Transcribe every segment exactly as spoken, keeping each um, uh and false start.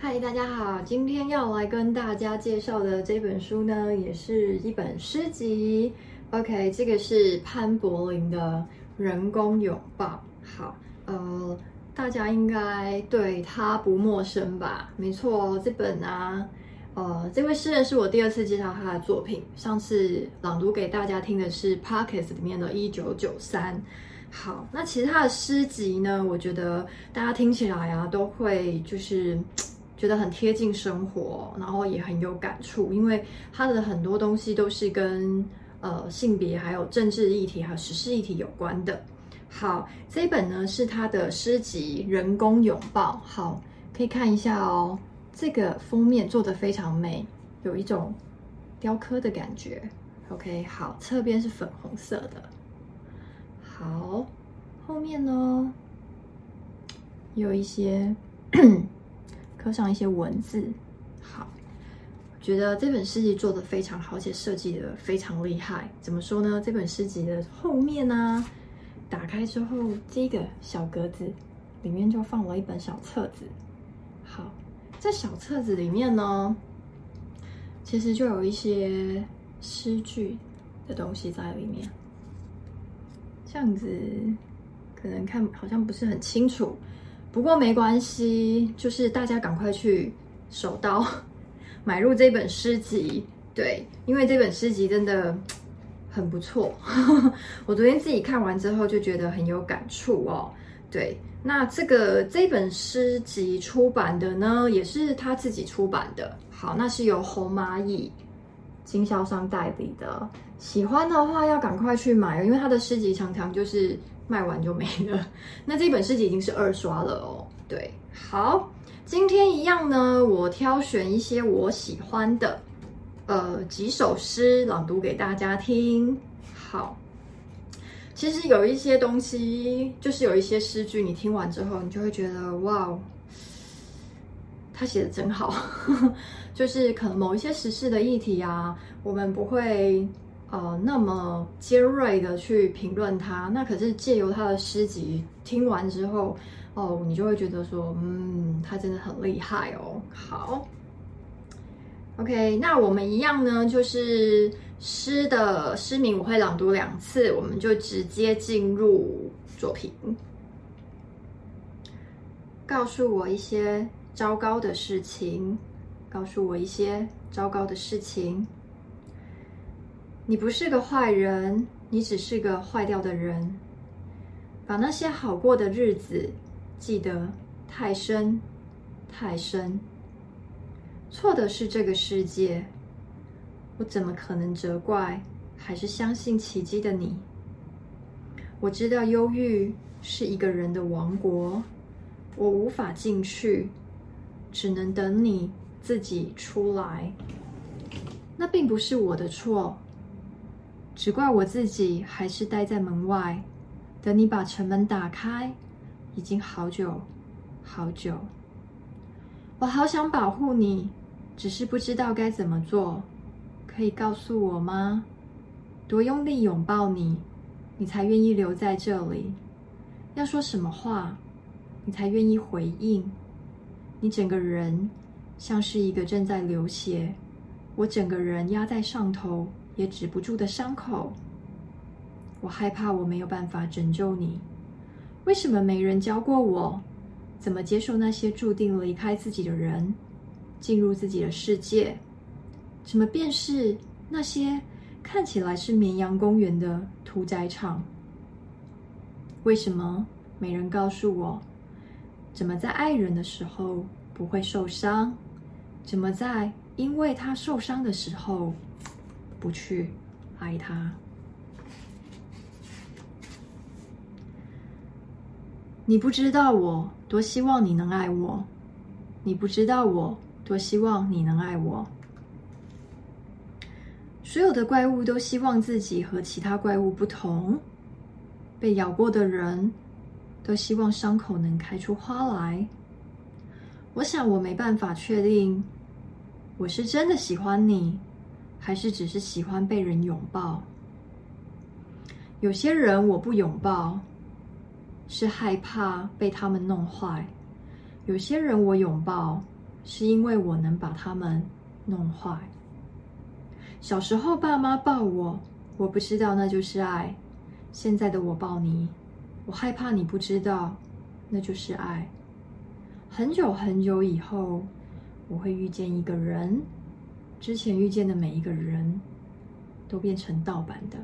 嗨，大家好，今天要来跟大家介绍的这本书呢，也是一本诗集。OK， 这个是潘柏林的《人工拥抱》。好，呃，大家应该对他不陌生吧？没错，这本啊，呃，这位诗人是我第二次介绍他的作品，上次朗读给大家听的是 Podcast 里面的一九九三。好，那其实他的诗集呢，我觉得大家听起来啊，都会就是觉得很贴近生活，然后也很有感触，因为他的很多东西都是跟呃性别、还有政治议题、还有时事议题有关的。好，这一本呢是他的诗集《人工拥抱》。好，可以看一下哦，这个封面做得非常美，有一种雕刻的感觉。OK， 好，侧边是粉红色的。好，后面呢有一些刻上一些文字。好，我觉得这本诗集做得非常好，而且设计得非常厉害。怎么说呢？这本诗集的后面呢、啊，打开之后，这个小格子里面就放了一本小册子。好，这小册子里面呢，其实就有一些诗句的东西在里面。这样子可能看好像不是很清楚，不过没关系，就是大家赶快去手刀买入这本诗集。对，因为这本诗集真的很不错我昨天自己看完之后就觉得很有感触哦。对，那这个这本诗集出版的呢，也是他自己出版的。好，那是由红蚂蚁经销商代理的，喜欢的话要赶快去买，因为他的诗集常常就是卖完就没了。那这本诗集已经是二刷了哦。对，好，今天一样呢，我挑选一些我喜欢的呃几首诗朗读给大家听。好，其实有一些东西，就是有一些诗句，你听完之后，你就会觉得哇，他写的真好就是可能某一些时事的议题啊，我们不会呃那么尖锐的去评论它，那可是借由他的诗集听完之后，哦，你就会觉得说，嗯，他真的很厉害哦。好 ，OK， 那我们一样呢，就是诗的诗名我会朗读两次，我们就直接进入作品。告诉我一些糟糕的事情，告诉我一些糟糕的事情。你不是个坏人，你只是个坏掉的人。把那些好过的日子记得太深，太深。错的是这个世界，我怎么可能责怪还是相信奇迹的你？我知道忧郁是一个人的王国，我无法进去，只能等你自己出来。那并不是我的错，只怪我自己还是待在门外，等你把城门打开，已经好久好久。我好想保护你，只是不知道该怎么做，可以告诉我吗？多用力拥抱你，你才愿意留在这里？要说什么话，你才愿意回应？你整个人像是一个正在流血，我整个人压在上头也止不住的伤口。我害怕我没有办法拯救你。为什么没人教过我怎么接受那些注定离开自己的人，进入自己的世界？怎么辨识那些看起来是绵羊公园的屠宰场？为什么没人告诉我怎么在爱人的时候不会受伤？怎么在因为他受伤的时候不去爱他？你不知道我多希望你能爱我，你不知道我多希望你能爱我。所有的怪物都希望自己和其他怪物不同，被咬过的人都希望伤口能开出花来。我想我没办法确定，我是真的喜欢你，还是只是喜欢被人拥抱。有些人我不拥抱，是害怕被他们弄坏；有些人我拥抱， 是因为我能把他们弄坏。小时候爸妈抱我，我不知道那就是爱。现在的我抱你，我害怕你不知道，那就是爱。很久很久以后，我会遇见一个人，之前遇见的每一个人都变成盗版的。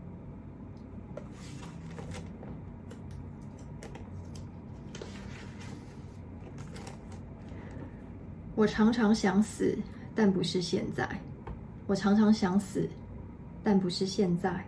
我常常想死，但不是现在。我常常想死，但不是现在。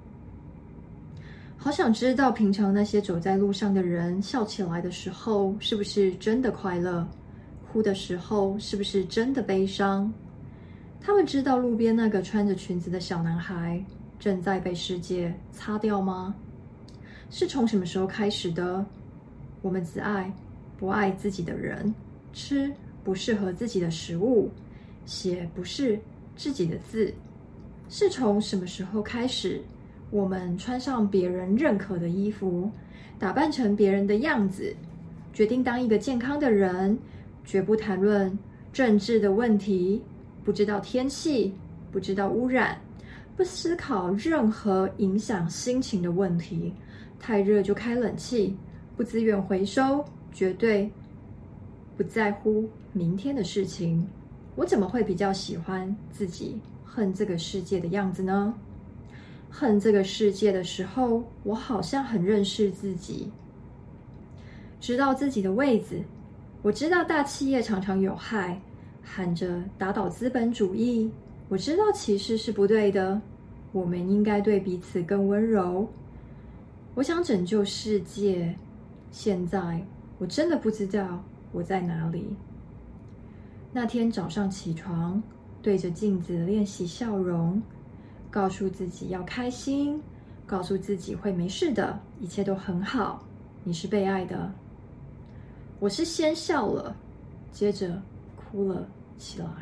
好想知道平常那些走在路上的人笑起来的时候，是不是真的快乐？哭的时候，是不是真的悲伤？他们知道路边那个穿着裙子的小男孩正在被世界擦掉吗？是从什么时候开始的？我们只爱不爱自己的人，吃不适合自己的食物，写不是自己的字。是从什么时候开始，我们穿上别人认可的衣服，打扮成别人的样子，决定当一个健康的人，绝不谈论政治的问题，不知道天气，不知道污染，不思考任何影响心情的问题，太热就开冷气，不资源回收，绝对不在乎明天的事情。我怎么会比较喜欢自己恨这个世界的样子呢？恨这个世界的时候，我好像很认识自己，知道自己的位置。我知道大企业常常有害，喊着打倒资本主义。我知道歧视是不对的，我们应该对彼此更温柔。我想拯救世界，现在我真的不知道我在哪里。那天早上起床，对着镜子练习笑容，告诉自己要开心，告诉自己会没事的，一切都很好，你是被爱的。我是先笑了，接着哭了起来。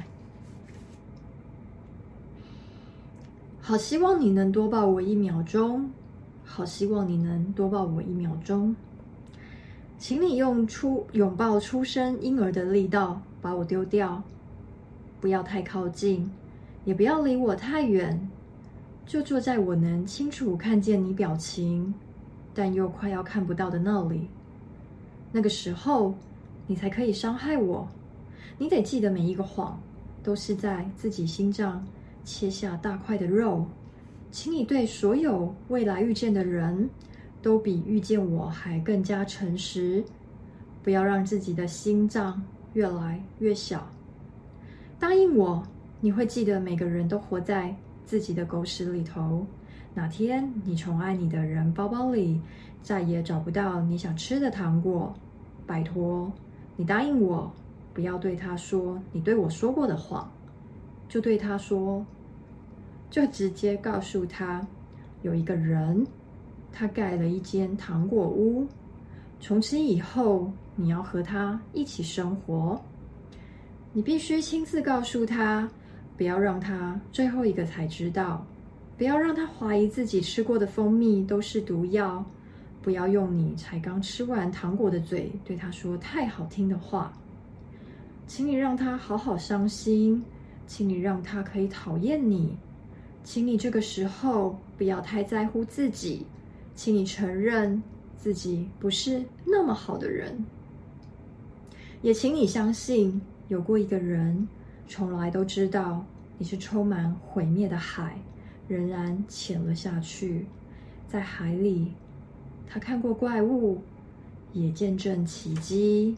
好希望你能多抱我一秒钟，好希望你能多抱我一秒钟。请你用出拥抱出生婴儿的力道把我丢掉，不要太靠近，也不要离我太远，就坐在我能清楚看见你表情，但又快要看不到的那里。那个时候，你才可以伤害我。你得记得，每一个谎都是在自己心脏切下大块的肉。请你对所有未来遇见的人，都比遇见我还更加诚实。不要让自己的心脏越来越小。答应我，你会记得每个人都活在自己的狗屎里头。哪天你宠爱你的人包包里再也找不到你想吃的糖果，拜托，你答应我，不要对他说你对我说过的谎，就对他说，就直接告诉他，有一个人，他盖了一间糖果屋，从此以后你要和他一起生活。你必须亲自告诉他，不要让他最后一个才知道，不要让他怀疑自己吃过的蜂蜜都是毒药，不要用你才刚吃完糖果的嘴对他说太好听的话。请你让他好好伤心，请你让他可以讨厌你，请你这个时候不要太在乎自己，请你承认自己不是那么好的人，也请你相信有过一个人从来都知道你是充满毁灭的海，仍然潜了下去。在海里，他看过怪物，也见证奇迹。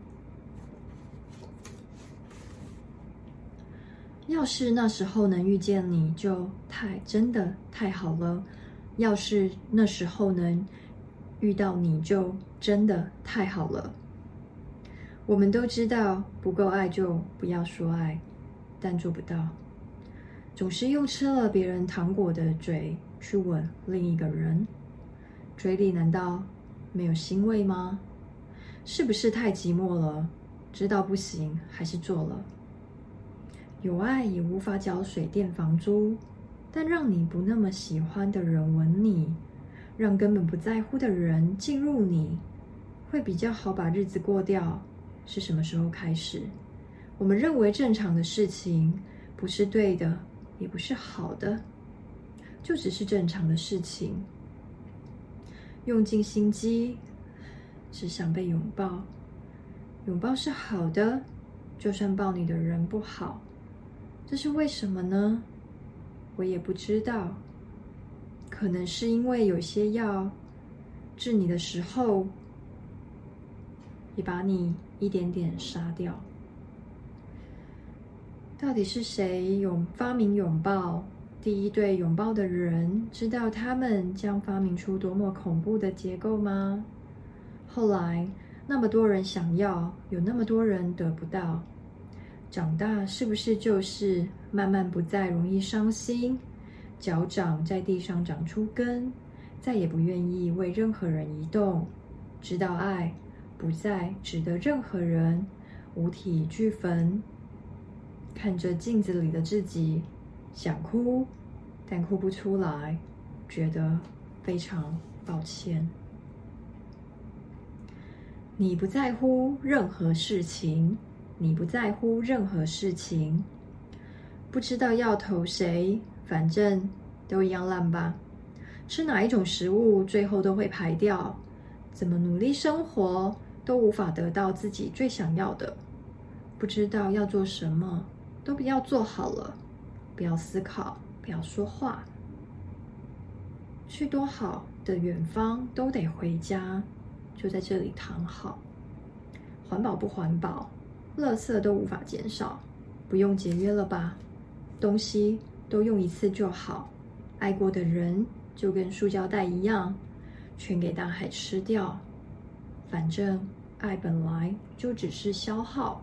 要是那时候能遇见你，就太真的太好了。要是那时候能遇到你，就真的太好了。我们都知道，不够爱就不要说爱，但做不到。总是用吃了别人糖果的嘴去吻另一个人，嘴里难道没有腥味吗？是不是太寂寞了？知道不行，还是做了。有爱也无法缴水电房租，但让你不那么喜欢的人吻你，让根本不在乎的人进入你，会比较好把日子过掉。是什么时候开始？ 我们认为正常的事情，不是对的，也不是好的，就只是正常的事情。用尽心机，只想被拥抱。拥抱是好的，就算抱你的人不好，这是为什么呢？我也不知道。可能是因为有些药治你的时候，也把你一点点杀掉。到底是谁拥发明拥抱？第一对拥抱的人知道他们将发明出多么恐怖的结构吗？后来那么多人想要，有那么多人得不到。长大是不是就是慢慢不再容易伤心，脚掌在地上长出根，再也不愿意为任何人移动，知道爱不再值得任何人五体俱焚。看着镜子里的自己，想哭，但哭不出来，觉得非常抱歉。你不在乎任何事情，你不在乎任何事情，不知道要投谁，反正都一样烂吧。吃哪一种食物，最后都会排掉。怎么努力生活，都无法得到自己最想要的。不知道要做什么，都不要做好了。不要思考，不要说话。去多好的远方，都得回家，就在这里躺好。环保不环保，垃圾都无法减少，不用节约了吧？东西都用一次就好。爱过的人就跟塑胶袋一样，全给大海吃掉。反正爱本来就只是消耗。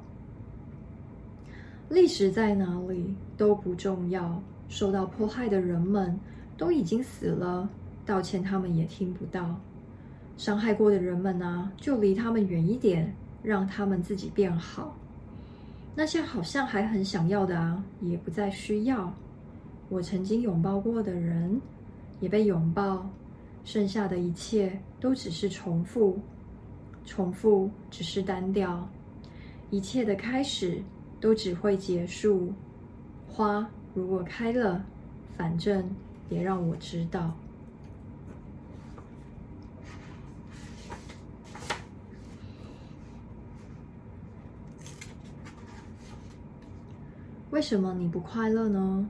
历史在哪里都不重要，受到迫害的人们都已经死了，道歉他们也听不到。伤害过的人们啊，就离他们远一点，让他们自己变好。那些好像还很想要的啊，也不再需要。我曾经拥抱过的人，也被拥抱，剩下的一切都只是重复，重复只是单调。一切的开始都只会结束。花如果开了，反正也让我知道。为什么你不快乐呢？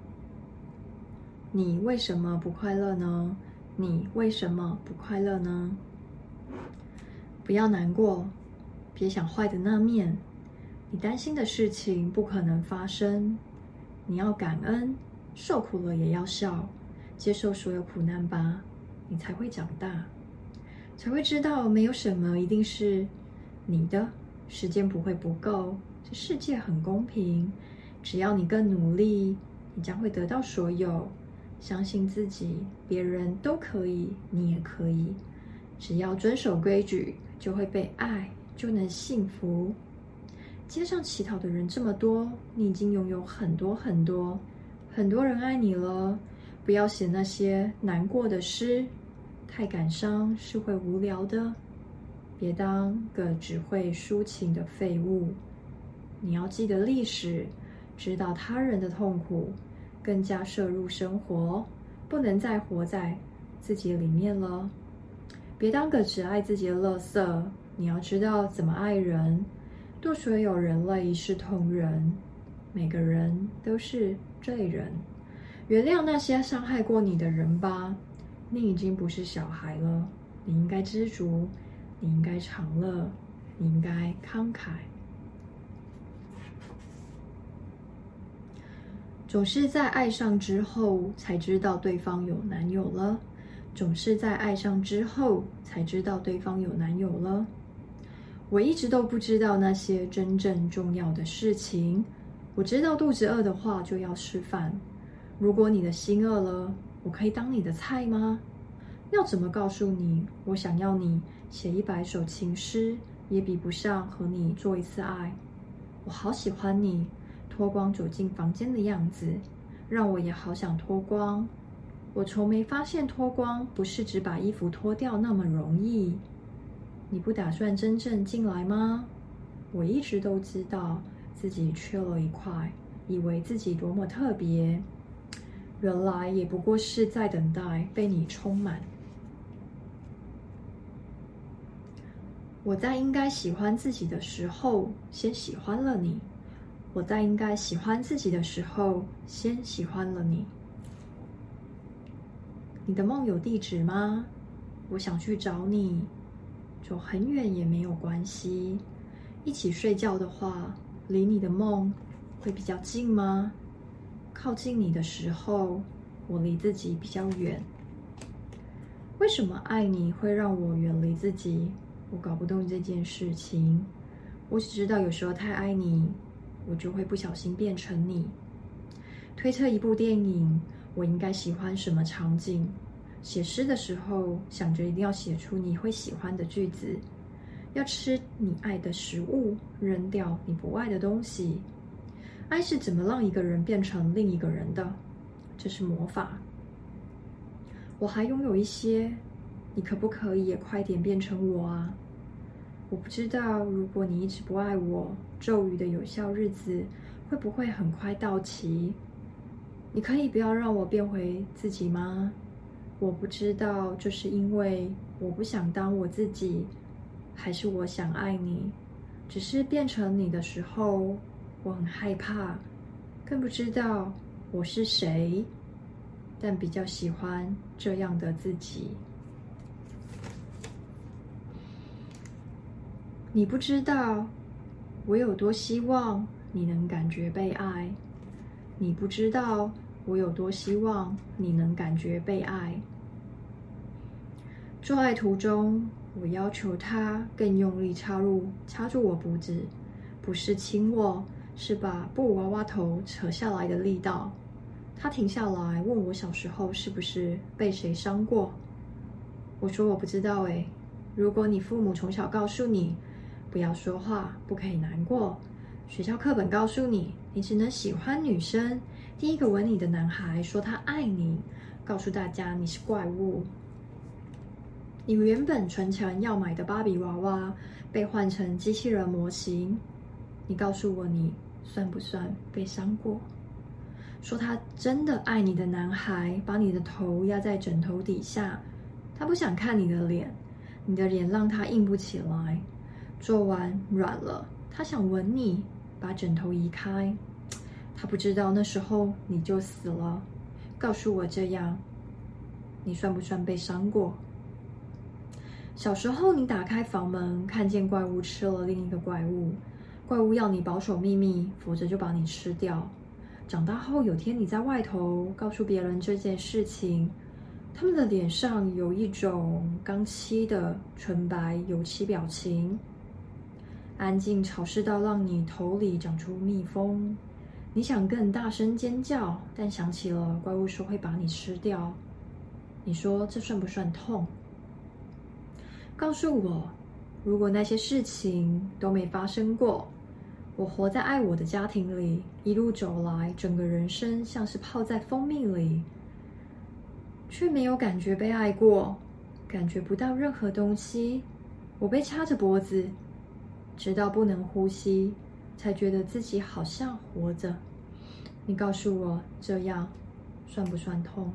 你为什么不快乐呢？你为什么不快乐呢？不要难过，别想坏的那面。你担心的事情不可能发生。你要感恩，受苦了也要笑，接受所有苦难吧，你才会长大，才会知道没有什么一定是你的，时间不会不够，这世界很公平，只要你更努力，你将会得到所有。相信自己，别人都可以，你也可以。只要遵守规矩，就会被爱，就能幸福。街上乞讨的人这么多，你已经拥有很多很多，很多人爱你了。不要写那些难过的诗，太感伤是会无聊的。别当个只会抒情的废物。你要记得历史，知道他人的痛苦，更加摄入生活，不能再活在自己里面了。别当个只爱自己的垃圾，你要知道怎么爱人。对所有人类一视同仁，每个人都是罪人。原谅那些伤害过你的人吧，你已经不是小孩了。你应该知足，你应该长乐，你应该慷慨。总是在爱上之后才知道对方有男友了，总是在爱上之后才知道对方有男友了。我一直都不知道那些真正重要的事情。我知道肚子饿的话就要吃饭。如果你的心饿了，我可以当你的菜吗？要怎么告诉你，我想要你写一百首情诗，也比不上和你做一次爱。我好喜欢你脱光走进房间的样子，让我也好想脱光。我从没发现脱光不是只把衣服脱掉那么容易。你不打算真正进来吗？我一直都知道， 自己缺了一块，以为自己多么特别，原来也不过是在等待被你充满。我在应该喜欢自己的时候，先喜欢了你；我在应该喜欢自己的时候，先喜欢了你。你的梦有地址吗？我想去找你，走很远也没有关系。一起睡觉的话，离你的梦会比较近吗？靠近你的时候，我离自己比较远。为什么爱你会让我远离自己？我搞不懂这件事情。我只知道有时候太爱你，我就会不小心变成你。推测一部电影，我应该喜欢什么场景？写诗的时候，想着一定要写出你会喜欢的句子。要吃你爱的食物，扔掉你不爱的东西。爱是怎么让一个人变成另一个人的？这是魔法。我还拥有一些，你可不可以也快点变成我啊？我不知道，如果你一直不爱我，咒语的有效日子会不会很快到期？你可以不要让我变回自己吗？我不知道，这是因为我不想当我自己，还是我想爱你？只是变成你的时候，我很害怕，更不知道我是谁，但比较喜欢这样的自己。你不知道我有多希望你能感觉被爱，你不知道我有多希望你能感觉被爱。做爱途中，我要求他更用力插入插住我脖子，不是亲我，是把布娃娃头扯下来的力道。他停下来问我小时候是不是被谁伤过。我说我不知道诶，如果你父母从小告诉你不要说话，不可以难过，学校课本告诉你你只能喜欢女生，第一个吻你的男孩说他爱你，告诉大家你是怪物。你原本存钱要买的芭比娃娃被换成机器人模型，你告诉我你算不算被伤过？说他真的爱你的男孩把你的头压在枕头底下，他不想看你的脸，你的脸让他硬不起来，做完软了，他想吻你，把枕头移开，他不知道那时候你就死了，告诉我这样，你算不算被伤过？小时候你打开房门，看见怪物吃了另一个怪物，怪物要你保守秘密，否则就把你吃掉。长大后有天你在外头告诉别人这件事情，他们的脸上有一种刚漆的纯白油漆表情，安静潮湿到让你头里长出蜜蜂。你想更大声尖叫，但想起了怪物说会把你吃掉。你说这算不算痛？告诉我，如果那些事情都没发生过，我活在爱我的家庭里，一路走来，整个人生像是泡在蜂蜜里，却没有感觉被爱过，感觉不到任何东西。我被掐着脖子，直到不能呼吸，才觉得自己好像活着。你告诉我，这样算不算痛？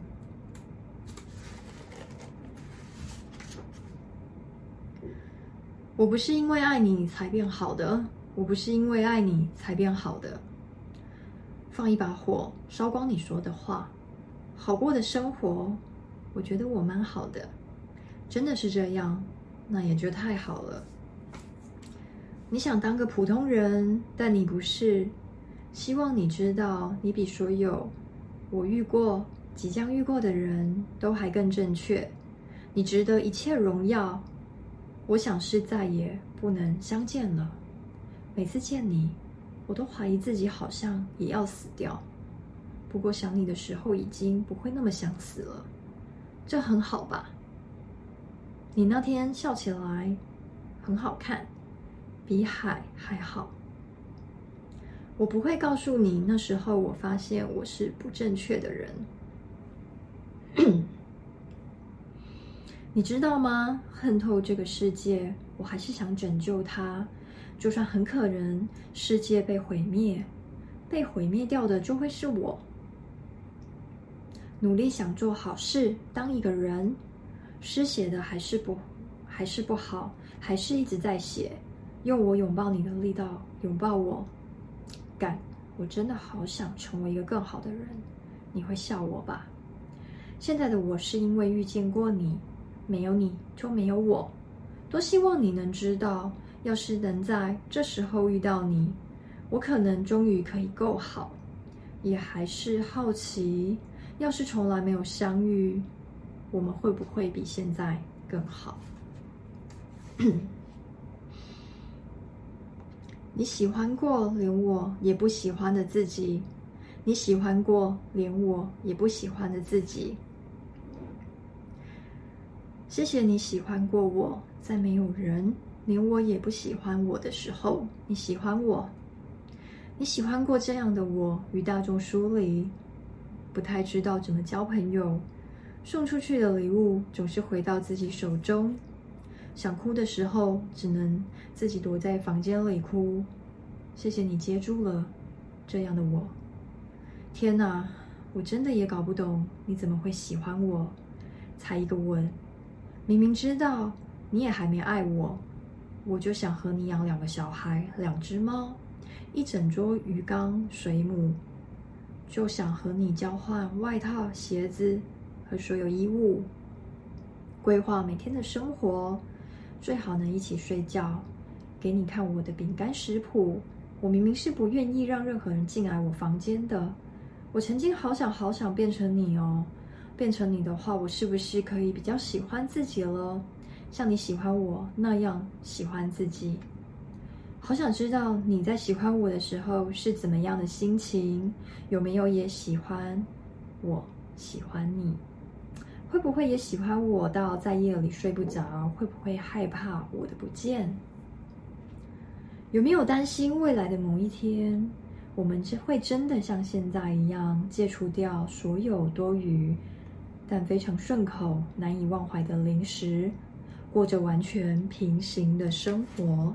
我不是因为爱你才变好的，我不是因为爱你才变好的。放一把火，烧光你说的话，好过的生活，我觉得我蛮好的。真的是这样，那也就太好了。你想当个普通人，但你不是。希望你知道，你比所有我遇过、即将遇过的人都还更正确。你值得一切荣耀。我想是再也不能相见了。每次见你，我都怀疑自己好像也要死掉。不过想你的时候，已经不会那么想死了。这很好吧？你那天笑起来很好看，比海还好。我不会告诉你，那时候我发现我是不正确的人。你知道吗？恨透这个世界，我还是想拯救它。 就算很可能世界被毁灭，被毁灭掉的就会是我。努力想做好事，当一个人，诗写的还是不还是不好，还是一直在写，用我拥抱你的力道拥抱我。干，我真的好想成为一个更好的人，你会笑我吧？现在的我是因为遇见过你，没有你就没有我。多希望你能知道，要是能在这时候遇到你，我可能终于可以够好。也还是好奇，要是从来没有相遇，我们会不会比现在更好？你喜欢过连我也不喜欢的自己，你喜欢过连我也不喜欢的自己。谢谢你喜欢过我，在没有人连我也不喜欢我的时候，你喜欢我。你喜欢过这样的我，与大众疏离，不太知道怎么交朋友，送出去的礼物总是回到自己手中，想哭的时候只能自己躲在房间里哭。谢谢你接住了这样的我。天哪，我真的也搞不懂你怎么会喜欢我，才一个吻，明明知道你也还没爱我，我就想和你养两个小孩，两只猫，一整桌鱼缸水母，就想和你交换外套、鞋子和所有衣物，规划每天的生活，最好能一起睡觉，给你看我的饼干食谱。我明明是不愿意让任何人进来我房间的，我曾经好想好想变成你哦，变成你的话，我是不是可以比较喜欢自己了？像你喜欢我那样喜欢自己。好想知道你在喜欢我的时候是怎么样的心情，有没有也喜欢我喜欢你？会不会也喜欢我到在夜里睡不着？会不会害怕我的不见？有没有担心未来的某一天，我们会真的像现在一样，戒除掉所有多余但非常顺口、难以忘怀的零食，过着完全平行的生活？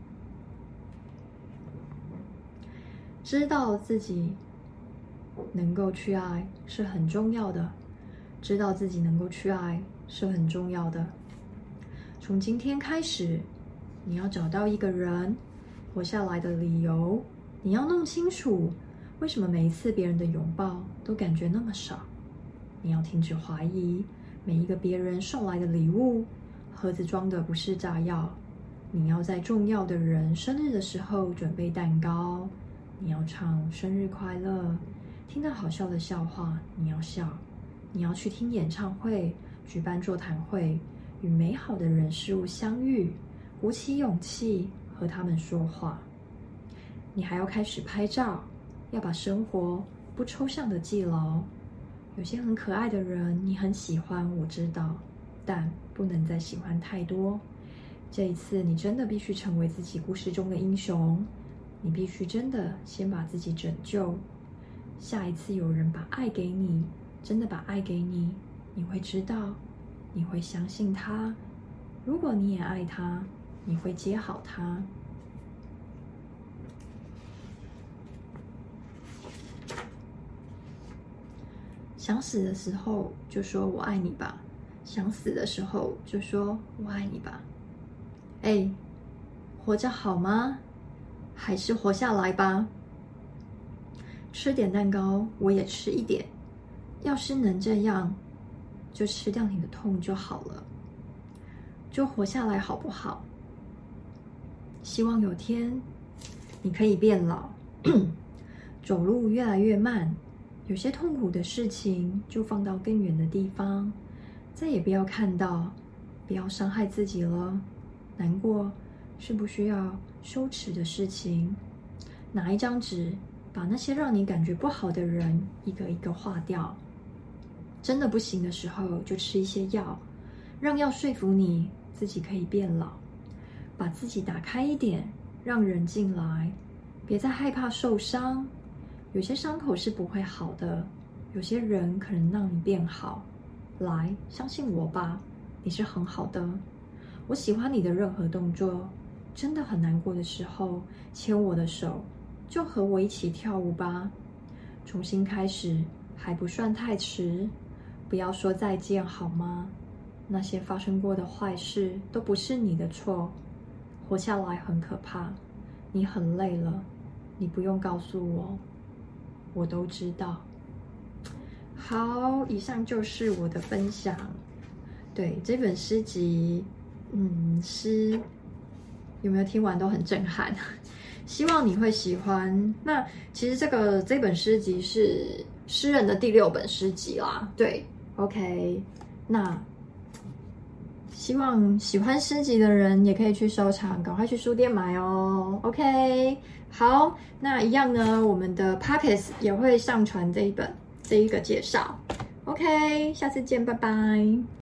知道自己能够去爱是很重要的，知道自己能够去爱是很重要的。从今天开始，你要找到一个人活下来的理由，你要弄清楚为什么每一次别人的拥抱都感觉那么少。你要停止怀疑每一个别人送来的礼物盒子装的不是炸药。你要在重要的人生日的时候准备蛋糕，你要唱生日快乐，听到好笑的笑话你要笑，你要去听演唱会，举办座谈会，与美好的人事物相遇，鼓起勇气和他们说话。你还要开始拍照，要把生活不抽象的记牢。有些很可爱的人你很喜欢，我知道，但不能再喜欢太多。这一次你真的必须成为自己故事中的英雄，你必须真的先把自己拯救。下一次有人把爱给你，真的把爱给你，你会知道，你会相信他。如果你也爱他，你会接好他。想死的时候就说我爱你吧，想死的时候就说我爱你吧。哎，活着好吗？还是活下来吧。吃点蛋糕，我也吃一点。要是能这样，就吃掉你的痛就好了，就活下来好不好？希望有天你可以变老，走路越来越慢，有些痛苦的事情就放到更远的地方，再也不要看到，不要伤害自己了。难过是不需要羞耻的事情，拿一张纸把那些让你感觉不好的人一个一个划掉。真的不行的时候就吃一些药，让药说服你自己可以变老。把自己打开一点，让人进来，别再害怕受伤。有些伤口是不会好的，有些人可能让你变好。来，相信我吧，你是很好的。我喜欢你的任何动作， 真的很难过的时候，牵我的手，就和我一起跳舞吧。重新开始还不算太迟，不要说再见好吗？那些发生过的坏事都不是你的错。活下来很可怕，你很累了，你不用告诉我，我都知道。好，以上就是我的分享。对，这本诗集，嗯，诗有没有听完都很震撼，希望你会喜欢。那其实这个这本诗集是诗人的第六本诗集啦。对 ，OK， 那希望喜欢诗集的人也可以去收藏，赶快去书店买哦。OK， 好，那一样呢，我们的 Podcast 也会上传这一本这一个介绍。OK， 下次见，拜拜。